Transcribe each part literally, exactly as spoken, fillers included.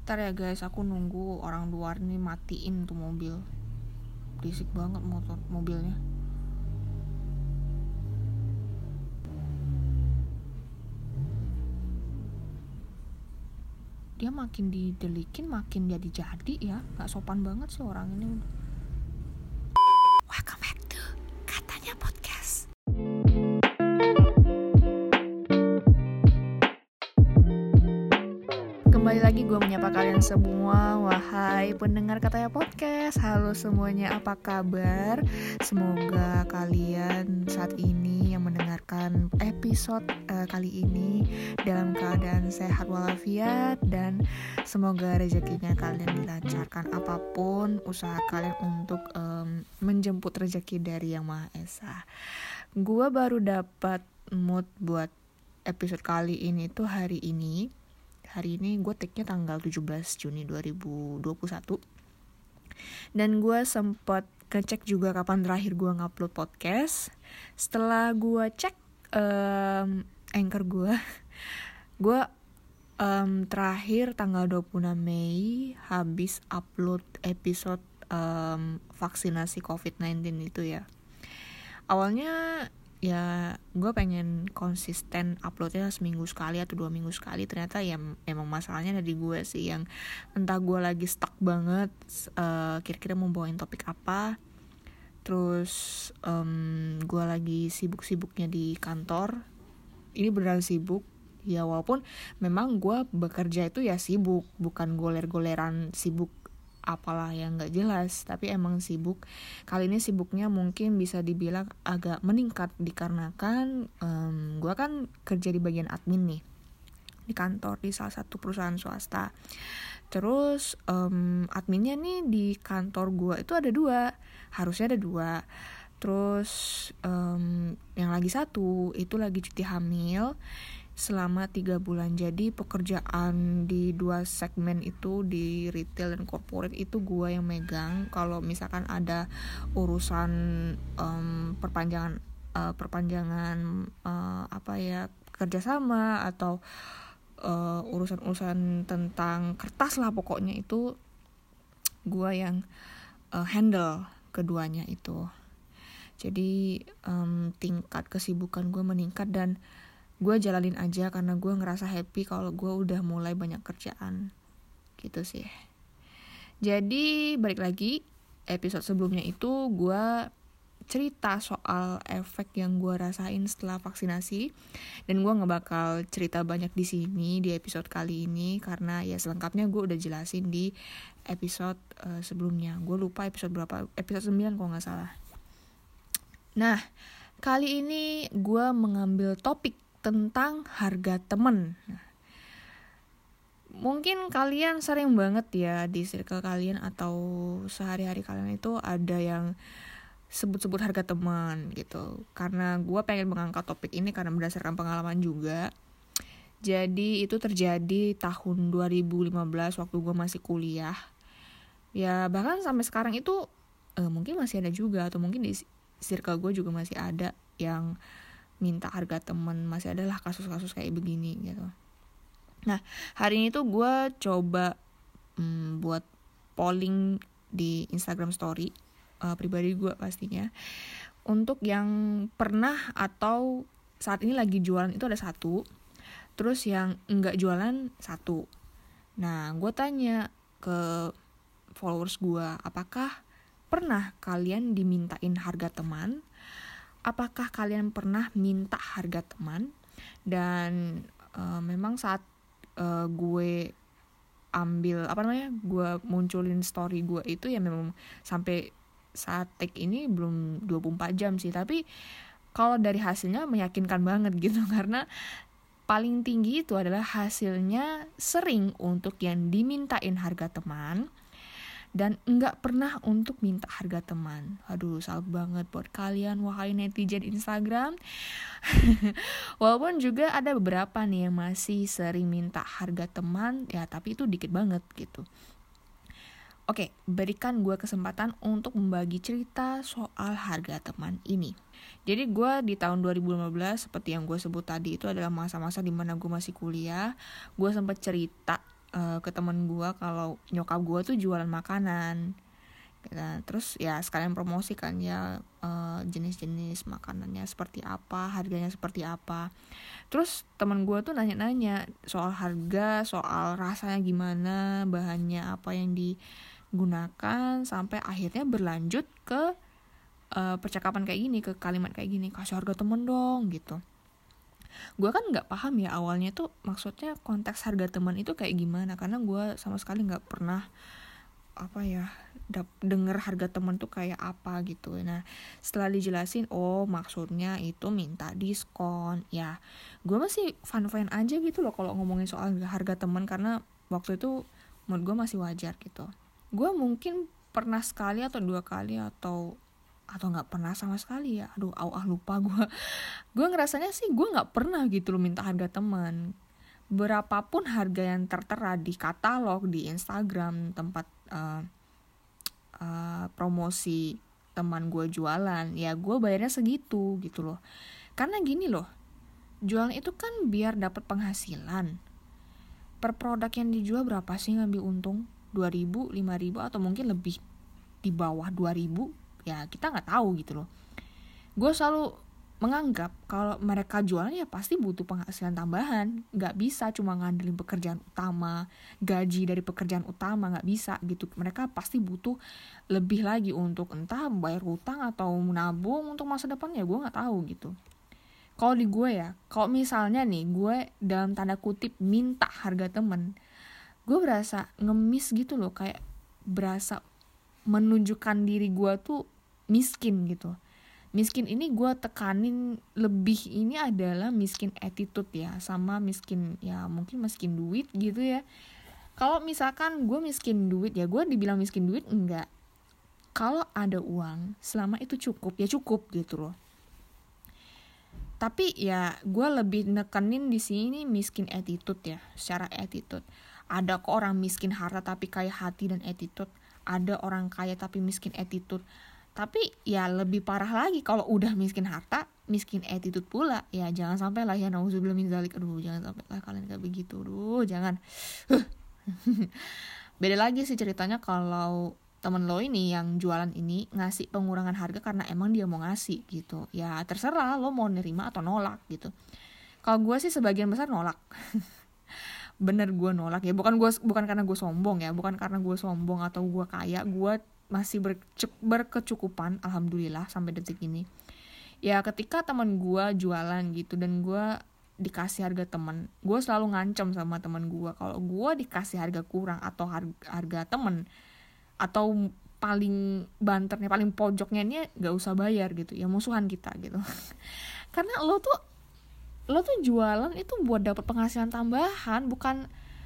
Bentar ya guys, aku nunggu orang luar nih matiin tuh mobil. Berisik banget motor mobilnya. Dia makin didelikin makin jadi-jadi ya. Gak sopan banget sih orang ini. Welcome back to Katanya Podcast. Kembali lagi gue menyapa kalian semua. Wahai pendengar Katanya Podcast, halo semuanya, apa kabar? Semoga kalian saat ini yang mendengarkan episode uh, kali ini dalam keadaan sehat walafiat, dan semoga rezekinya kalian dilancarkan apapun usaha kalian untuk um, menjemput rezeki dari Yang Maha Esa. Gue baru dapat mood buat episode kali ini tuh hari ini. Hari ini gue take-nya tanggal tujuh belas Juni dua ribu dua puluh satu. Dan gue sempat ngecek juga kapan terakhir gue ngupload podcast. Setelah gue cek um, anchor gue, gue um, terakhir tanggal dua puluh enam Mei habis upload episode um, vaksinasi covid sembilan belas itu ya. Awalnya ya gue pengen konsisten uploadnya seminggu sekali atau dua minggu sekali. Ternyata ya emang masalahnya dari gue sih, yang entah gue lagi stuck banget uh, kira-kira mau bawain topik apa. Terus um, gue lagi sibuk-sibuknya di kantor. Ini beneran sibuk ya, walaupun memang gue bekerja itu ya sibuk, bukan goler-goleran sibuk apalah yang gak jelas, tapi emang sibuk. Kali ini sibuknya mungkin bisa dibilang agak meningkat dikarenakan um, gue kan kerja di bagian admin nih di kantor di salah satu perusahaan swasta. Terus um, adminnya nih di kantor gue itu ada dua, harusnya ada dua. Terus um, yang lagi satu itu lagi cuti hamil selama tiga bulan. Jadi pekerjaan di dua segmen itu, di retail dan corporate, itu gue yang megang. Kalau misalkan ada urusan um, perpanjangan uh, perpanjangan uh, apa ya kerjasama atau uh, urusan-urusan tentang kertas lah, pokoknya itu gue yang uh, handle keduanya itu. Jadi um, tingkat kesibukan gue meningkat dan gue jalanin aja karena gue ngerasa happy kalau gue udah mulai banyak kerjaan gitu sih. Jadi balik lagi, episode sebelumnya itu gue cerita soal efek yang gue rasain setelah vaksinasi, dan gue nggak bakal cerita banyak di sini di episode kali ini karena ya selengkapnya gue udah jelasin di episode uh, sebelumnya. Gue lupa episode berapa, episode sembilan kalau nggak salah. Nah, kali ini gue mengambil topik tentang harga temen. Nah, mungkin kalian sering banget ya di circle kalian atau sehari-hari kalian itu ada yang sebut-sebut harga teman gitu. Karena gue pengen mengangkat topik ini karena berdasarkan pengalaman juga. Jadi itu terjadi tahun dua ribu lima belas waktu gue masih kuliah. Ya bahkan sampai sekarang itu eh, mungkin masih ada juga, atau mungkin di circle gue juga masih ada yang minta harga teman, masih adalah kasus-kasus kayak begini gitu. Nah, hari ini tuh gue coba hmm, buat polling di Instagram story uh, pribadi gue pastinya, untuk yang pernah atau saat ini lagi jualan itu ada satu, terus yang enggak jualan satu. Nah, gue tanya ke followers gue, apakah pernah kalian dimintain harga teman? Apakah kalian pernah minta harga teman? Dan uh, memang saat uh, gue ambil apa namanya, gue munculin story gue itu ya memang sampai saat take ini belum dua puluh empat jam sih, tapi kalau dari hasilnya meyakinkan banget gitu, karena paling tinggi itu adalah hasilnya sering untuk yang dimintain harga teman dan enggak pernah untuk minta harga teman. Aduh, salut banget buat kalian wahai netizen Instagram. Walaupun juga ada beberapa nih yang masih sering minta harga teman, ya tapi itu dikit banget gitu. Oke, berikan gue kesempatan untuk membagi cerita soal harga teman ini. Jadi gue di tahun dua ribu lima belas, seperti yang gue sebut tadi, itu adalah masa-masa dimana gue masih kuliah. Gue sempat cerita uh, ke temen gue kalau nyokap gue tuh jualan makanan. Nah, terus ya sekalian promosi kan ya, uh, jenis-jenis makanannya seperti apa, harganya seperti apa. Terus teman gue tuh nanya-nanya soal harga, soal rasanya gimana, bahannya apa yang digunakan, sampai akhirnya berlanjut ke uh, percakapan kayak gini, ke kalimat kayak gini, kasih harga temen dong gitu. Gue kan nggak paham ya awalnya tuh maksudnya konteks harga teman itu kayak gimana, karena gue sama sekali nggak pernah apa ya denger harga temen tuh kayak apa gitu. Nah setelah dijelasin, oh maksudnya itu minta diskon ya, gue masih fun-fun aja gitu loh kalau ngomongin soal harga temen, karena waktu itu menurut gue masih wajar gitu. Gue mungkin pernah sekali atau dua kali atau atau nggak pernah sama sekali ya, aduh ah lupa gue gue ngerasanya sih gue nggak pernah gitu loh minta harga teman. Berapapun harga yang tertera di katalog, di Instagram, tempat uh, uh, promosi teman gue jualan, ya gue bayarnya segitu gitu loh. Karena gini loh, jualan itu kan biar dapat penghasilan. Per produk yang dijual berapa sih ngambil untung? dua ribu, lima ribu, atau mungkin lebih di bawah dua ribu? Ya kita gak tahu gitu loh. Gue selalu menganggap kalau mereka jualan ya pasti butuh penghasilan tambahan, nggak bisa cuma ngandelin pekerjaan utama, gaji dari pekerjaan utama nggak bisa gitu. Mereka pasti butuh lebih lagi untuk entah bayar hutang atau menabung untuk masa depan, ya gue nggak tahu gitu. Kalau di gue ya, kalau misalnya nih gue dalam tanda kutip minta harga temen, gue berasa ngemis gitu loh, kayak berasa menunjukkan diri gue tuh miskin gitu. Miskin ini gue tekanin lebih, ini adalah miskin attitude ya, sama miskin ya mungkin miskin duit gitu ya. Kalau misalkan gue miskin duit ya gue dibilang miskin duit enggak. Kalau ada uang selama itu cukup ya cukup gitu loh. Tapi ya gue lebih nekenin di sini miskin attitude ya, secara attitude. Ada kok orang miskin harta tapi kaya hati dan attitude. Ada orang kaya tapi miskin attitude. Tapi ya lebih parah lagi kalau udah miskin harta, miskin attitude pula. Ya jangan sampai lah ya, nauzubillah min dzalik. Aduh jangan sampai lah kalian kayak begitu. Aduh jangan. Beda lagi sih ceritanya kalau temen lo ini yang jualan ini ngasih pengurangan harga karena emang dia mau ngasih gitu. Ya terserah lo mau nerima atau nolak gitu. Kalau gue sih sebagian besar nolak. Bener gue nolak ya. Bukan gue bukan karena gue sombong ya. Bukan karena gue sombong atau gue kaya. Gue masih berkecukupan alhamdulillah sampai detik ini. Ya ketika teman gue jualan gitu dan gue dikasih harga teman, gue selalu ngancam sama teman gue kalau gue dikasih harga kurang atau harga, harga teman atau paling banternya paling pojoknya ini gak usah bayar gitu ya, musuhan kita gitu. Karena lo tuh lo tuh jualan itu buat dapat penghasilan tambahan, bukan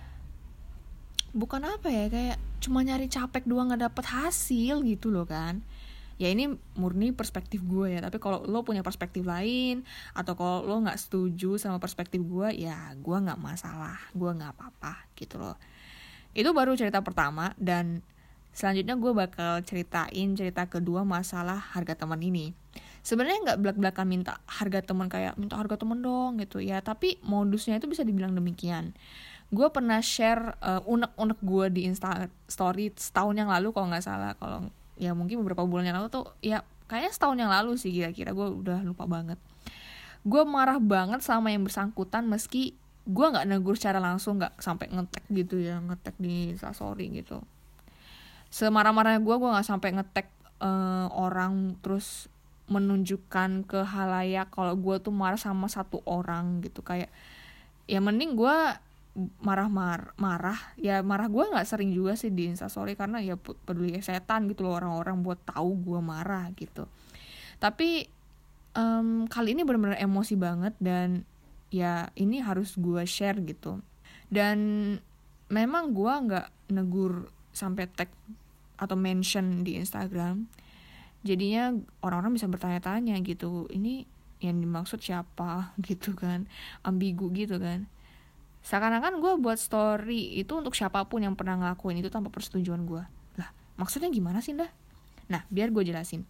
bukan apa ya, kayak cuma nyari capek doang nggak dapet hasil gitu loh kan. Ya ini murni perspektif gue ya, tapi kalau lo punya perspektif lain atau kalau lo nggak setuju sama perspektif gue, ya gue nggak masalah, gue nggak apa-apa gitu loh. Itu baru cerita pertama, dan selanjutnya gue bakal ceritain cerita kedua masalah harga teman ini. Sebenarnya nggak belak-belakan minta harga teman kayak minta harga teman dong gitu ya, tapi modusnya itu bisa dibilang demikian. Gue pernah share uh, unek-unek gue di Insta Story setahun yang lalu kalau nggak salah. Kalau ya mungkin beberapa bulan yang lalu tuh, ya kayaknya setahun yang lalu sih kira-kira, gue udah lupa banget. Gue marah banget sama yang bersangkutan meski gue nggak negur secara langsung, nggak sampai ngetek gitu ya, ngetek di Insta Story gitu. Semarah-marahnya gue, gue nggak sampai ngetek uh, orang terus menunjukkan ke halayak kalau gue tuh marah sama satu orang gitu. Kayak ya mending gue marah mar marah ya marah gue nggak sering juga sih di Instastory, karena ya peduli setan gitu loh orang-orang buat tahu gue marah gitu. Tapi um, kali ini benar-benar emosi banget, dan ya ini harus gue share gitu. Dan memang gue nggak negur sampai tag atau mention di Instagram, jadinya orang-orang bisa bertanya-tanya gitu, ini yang dimaksud siapa gitu kan, ambigu gitu kan. Seakan-akan gue buat story itu untuk siapapun yang pernah ngelakuin itu tanpa persetujuan gue. Lah, maksudnya gimana sih, dah? Nah, biar gue jelasin.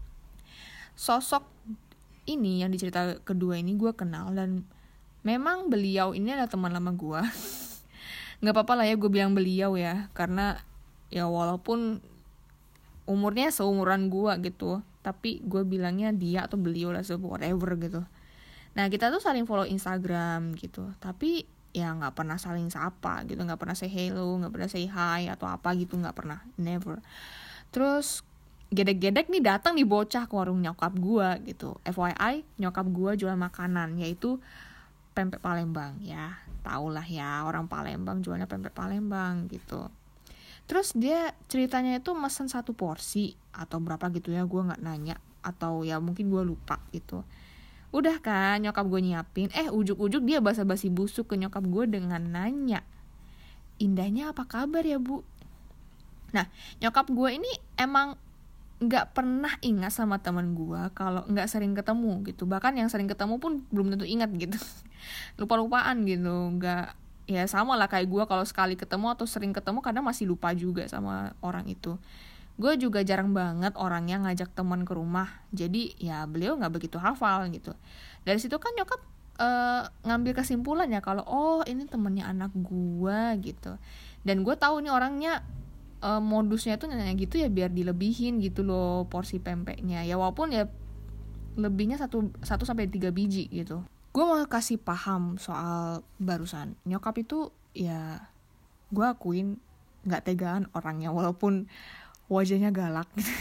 Sosok ini yang di cerita kedua ini gue kenal, dan memang beliau ini adalah teman lama gue. Nggak apa-apa lah ya gue bilang beliau ya, karena ya walaupun umurnya seumuran gue gitu, tapi gue bilangnya dia atau beliau lah, so whatever gitu. Nah kita tuh saling follow Instagram gitu, tapi ya nggak pernah saling sapa gitu, nggak pernah say hello, nggak pernah say hi atau apa gitu, nggak pernah, never. Terus gedek-gedek nih datang nih bocah ke warung nyokap gue gitu. F Y I, nyokap gue jual makanan, yaitu pempek Palembang ya, tau lah ya orang Palembang jualnya pempek Palembang gitu. Terus dia ceritanya itu mesen satu porsi atau berapa gitu ya, gue nggak nanya, atau ya mungkin gue lupa gitu. Udah kan nyokap gue nyiapin, eh ujuk-ujuk dia basa-basi busuk ke nyokap gue dengan nanya, Indahnya apa kabar ya bu? Nah nyokap gue ini emang nggak pernah ingat sama teman gue kalau nggak sering ketemu gitu. Bahkan yang sering ketemu pun belum tentu ingat gitu. Lupa-lupaan gitu. Nggak, ya sama lah kayak gue kalau sekali ketemu atau sering ketemu kadang masih lupa juga sama orang itu. Gue juga jarang banget orangnya ngajak teman ke rumah. Jadi ya beliau nggak begitu hafal gitu. Dari situ kan nyokap uh, ngambil kesimpulan ya kalau oh ini temennya anak gue gitu. Dan gue tahu nih orangnya Uh, modusnya tuh nanya gitu ya biar dilebihin gitu loh porsi pempeknya ya, walaupun ya lebihnya satu satu sampai tiga biji gitu. Gue mau kasih paham soal barusan, nyokap itu ya gue akuin nggak tegaan orangnya walaupun wajahnya galak gitu.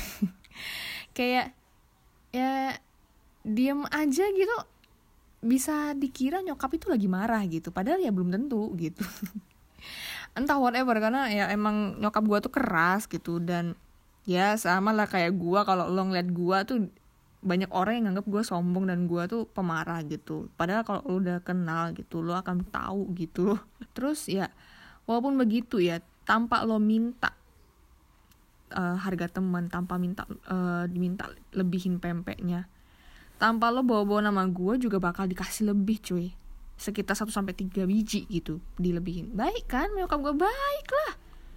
Kayak ya diem aja gitu bisa dikira nyokap itu lagi marah gitu, padahal ya belum tentu gitu. Entah whatever, karena ya emang nyokap gue tuh keras gitu. Dan ya sama lah kayak gue, kalau lo ngeliat gue tuh banyak orang yang nganggap gue sombong dan gue tuh pemarah gitu. Padahal kalau lo udah kenal gitu lo akan tahu gitu. Terus ya walaupun begitu ya, tanpa lo minta uh, harga teman, tanpa minta uh, diminta lebihin pempeknya, tanpa lo bawa-bawa nama gue juga bakal dikasih lebih cuy, sekitar satu sampai tiga biji gitu dilebihin. Baik kan, nyokap gue baik lah.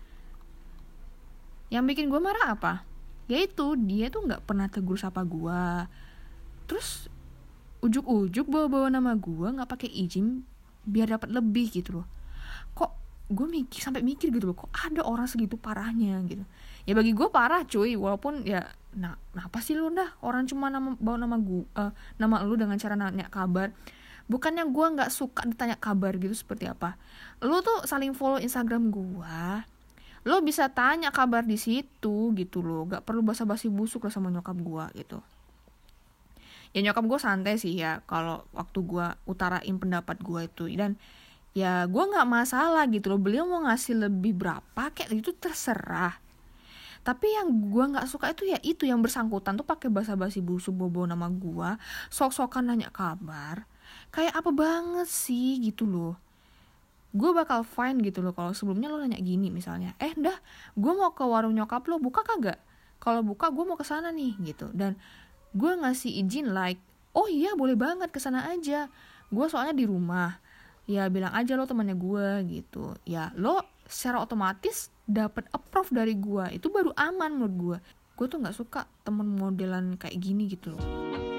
Yang bikin gue marah apa? Yaitu dia tuh gak pernah tegur sapa gue. Terus ujuk-ujuk bawa-bawa nama gue gak pakai izin biar dapat lebih gitu loh. Kok gue mikir, sampai mikir gitu loh, kok ada orang segitu parahnya gitu. Ya bagi gue parah cuy, walaupun ya nah, kenapa sih lu dah orang cuma nama, bawa nama gue, uh, nama lu dengan cara nanya kabar. Bukannya gue gak suka ditanya kabar gitu seperti apa. Lo tuh saling follow Instagram gue, lo bisa tanya kabar di situ gitu loh. Gak perlu basa-basi busuk lah sama nyokap gue gitu. Ya nyokap gue santai sih ya kalau waktu gue utarain pendapat gue itu. Dan ya gue gak masalah gitu loh. Beliau mau ngasih lebih berapa kayak itu terserah. Tapi yang gue gak suka itu ya itu yang bersangkutan tuh pakai basa-basi busuk, bobo nama gue, sok-sokan nanya kabar. Kayak apa banget sih gitu loh. Gue bakal fine gitu loh kalau sebelumnya lo nanya gini misalnya, eh dah gue mau ke warung nyokap lo, buka kagak? Kalau buka gue mau kesana nih gitu. Dan gue ngasih izin like, oh iya boleh banget kesana aja, gue soalnya di rumah. Ya bilang aja lo temannya gue gitu. Ya lo secara otomatis dapat approve dari gue, itu baru aman menurut gue. Gue tuh gak suka temen modelan kayak gini gitu loh.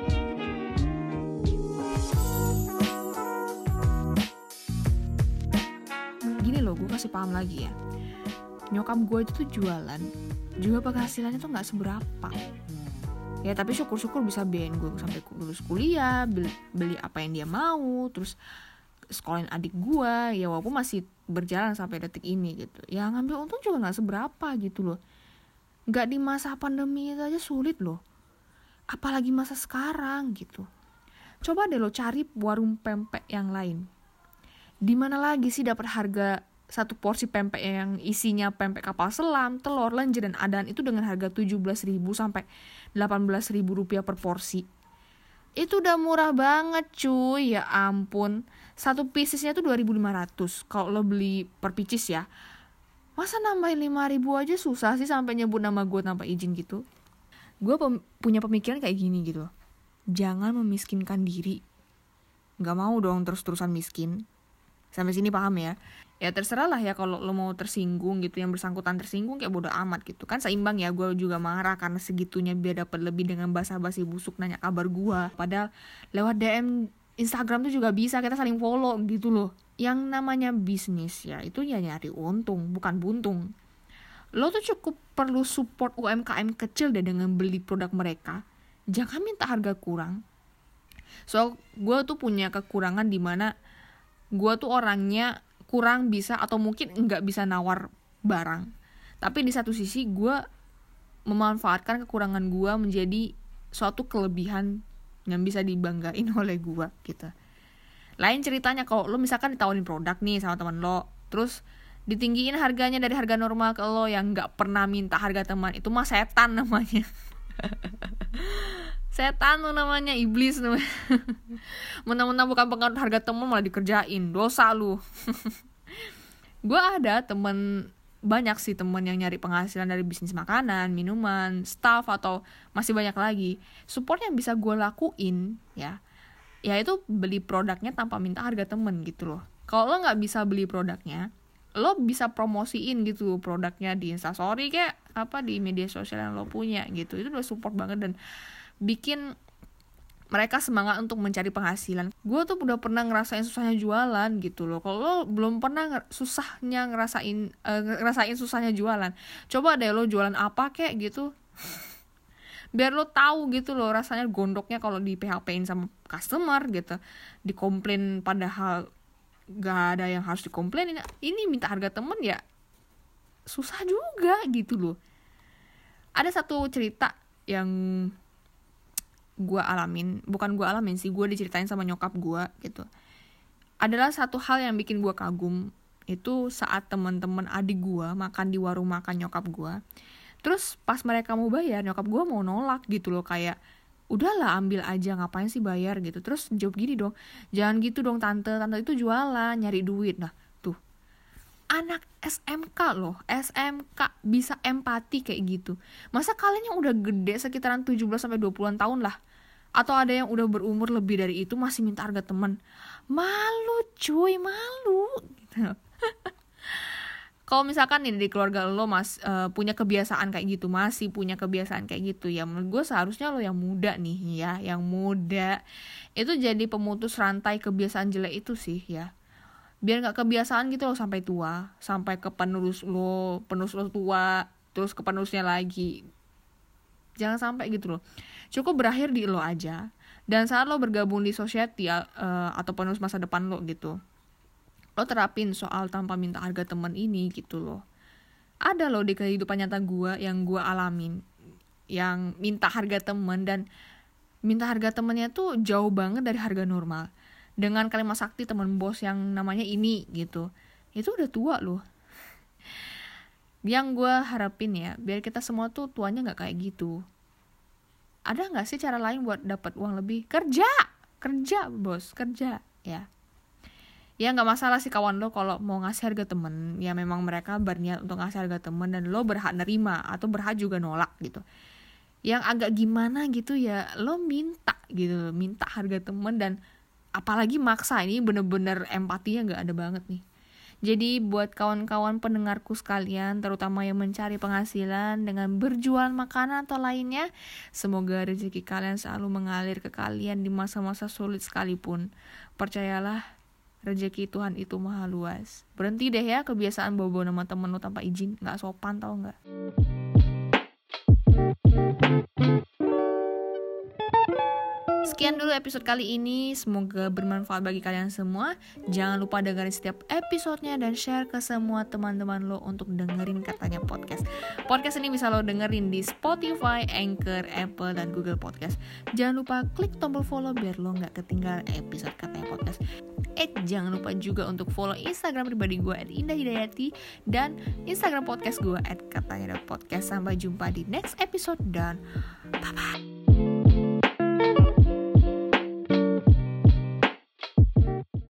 Gue kasih paham lagi ya, nyokap gue itu tuh jualan juga penghasilannya tuh nggak seberapa ya, tapi syukur-syukur bisa biayain gue sampai lulus kuliah, beli, beli apa yang dia mau, terus sekolahin adik gue ya, walaupun masih berjalan sampai detik ini gitu ya, ngambil untung juga nggak seberapa gitu loh. Nggak di masa pandemi itu aja sulit loh, apalagi masa sekarang gitu. Coba deh lo cari warung pempek yang lain, di mana lagi sih dapat harga satu porsi pempek yang isinya pempek kapal selam, telur, lenjer, dan adaan itu dengan harga tujuh belas ribu sampai delapan belas ribu rupiah per porsi. Itu udah murah banget cuy, ya ampun. Satu piecesnya tuh dua ribu lima ratus kalau lo beli per pieces ya. Masa nambahin lima ribu aja susah sih sampai nyebut nama gue tanpa izin gitu. Gue pem- punya pemikiran kayak gini gitu. Jangan memiskinkan diri. Gak mau dong terus-terusan miskin. Sampai sini paham ya? Ya terserah lah ya kalau lo mau tersinggung gitu, yang bersangkutan tersinggung kayak bodo amat gitu. Kan seimbang ya, gue juga marah karena segitunya biar dapat lebih dengan basa-basi busuk nanya kabar gue. Padahal lewat D M Instagram tuh juga bisa, kita saling follow gitu loh. Yang namanya bisnis ya itu ya nyari untung, bukan buntung. Lo tuh cukup perlu support U M K M kecil deh dengan beli produk mereka. Jangan minta harga kurang. So, gue tuh punya kekurangan di mana gue tuh orangnya kurang bisa atau mungkin nggak bisa nawar barang. Tapi di satu sisi gue memanfaatkan kekurangan gue menjadi suatu kelebihan yang bisa dibanggain oleh gue gitu. Lain ceritanya kalau lo misalkan ditawarin produk nih sama teman lo, terus ditinggiin harganya dari harga normal ke lo yang nggak pernah minta harga teman, itu mah setan namanya. Setan lo namanya, iblis namanya. Mentang-mentang bukan pengaruh harga teman malah dikerjain, dosa lu. Gue ada temen, banyak sih temen yang nyari penghasilan dari bisnis makanan, minuman, staff, atau masih banyak lagi. Support yang bisa gue lakuin ya, ya itu beli produknya tanpa minta harga temen gitu loh. Kalau lo nggak bisa beli produknya, lo bisa promosiin gitu produknya di Instastory kayak apa di media sosial yang lo punya gitu. Itu udah support banget dan bikin mereka semangat untuk mencari penghasilan. Gue tuh udah pernah ngerasain susahnya jualan gitu loh. Kalau lo belum pernah nger- susahnya ngerasain uh, ngerasain susahnya jualan, coba deh lo jualan apa kayak gitu. Biar lo tahu gitu loh rasanya gondoknya kalau di P H P-in sama customer gitu. Dikomplain padahal gak ada yang harus dikomplainin. Ini minta harga temen ya susah juga gitu loh. Ada satu cerita yang gue alamin, bukan gue alamin sih, gue diceritain sama nyokap gue gitu. Adalah satu hal yang bikin gue kagum, itu saat teman-teman adik gue makan di warung makan nyokap gue. Terus pas mereka mau bayar, nyokap gue mau nolak gitu loh, kayak udahlah ambil aja, ngapain sih bayar gitu. Terus jawab gini dong, jangan gitu dong tante, tante itu jualan, nyari duit. Nah tuh, anak S M K loh, S M K bisa empati kayak gitu. Masa kalian yang udah gede sekitaran tujuh belas sampai dua puluhan tahun lah, atau ada yang udah berumur lebih dari itu masih minta harga teman? Malu cuy, malu gitu. Kalau misalkan nih di keluarga lo mas uh, punya kebiasaan kayak gitu, masih punya kebiasaan kayak gitu, ya menurut gue seharusnya lo yang muda nih ya, yang muda itu jadi pemutus rantai kebiasaan jelek itu sih ya. Biar gak kebiasaan gitu loh sampai tua, sampai ke penerus lo, penerus lo tua, terus ke penerusnya lagi. Jangan sampai gitu loh. Cukup berakhir di lo aja. Dan saat lo bergabung di society uh, atau penerus masa depan lo gitu, lo terapin soal tanpa minta harga teman ini gitu loh. Ada lo di kehidupan nyata gue yang gue alamin, yang minta harga teman, dan minta harga temannya tuh jauh banget dari harga normal. Dengan kalimat sakti teman bos yang namanya ini gitu, itu udah tua loh. Yang gue harapin ya, biar kita semua tuh tuanya nggak kayak gitu. Ada nggak sih cara lain buat dapat uang lebih? Kerja, kerja bos, kerja ya. Ya nggak masalah sih kawan lo kalau mau ngasih harga temen, ya memang mereka berniat untuk ngasih harga temen dan lo berhak nerima atau berhak juga nolak gitu. Yang agak gimana gitu ya, lo minta gitu, minta harga temen, dan apalagi maksa, ini bener-bener empatinya gak ada banget nih. Jadi buat kawan-kawan pendengarku sekalian, terutama yang mencari penghasilan dengan berjualan makanan atau lainnya, semoga rezeki kalian selalu mengalir ke kalian di masa-masa sulit sekalipun. Percayalah, rezeki Tuhan itu maha luas. Berhenti deh ya kebiasaan bawa-bawa nama temen lo tanpa izin, gak sopan tau gak? Sekian dulu episode kali ini, semoga bermanfaat bagi kalian semua. Jangan lupa dengerin setiap episodenya dan share ke semua teman-teman lo untuk dengerin Katanya Podcast. Podcast ini bisa lo dengerin di Spotify, Anchor, Apple, dan Google Podcast. Jangan lupa klik tombol follow biar lo gak ketinggalan episode Katanya Podcast. Eh, jangan lupa juga untuk follow Instagram pribadi gue at Indah Hidayati dan Instagram podcast gue at katanya podcast. Sampai jumpa di next episode dan bye-bye.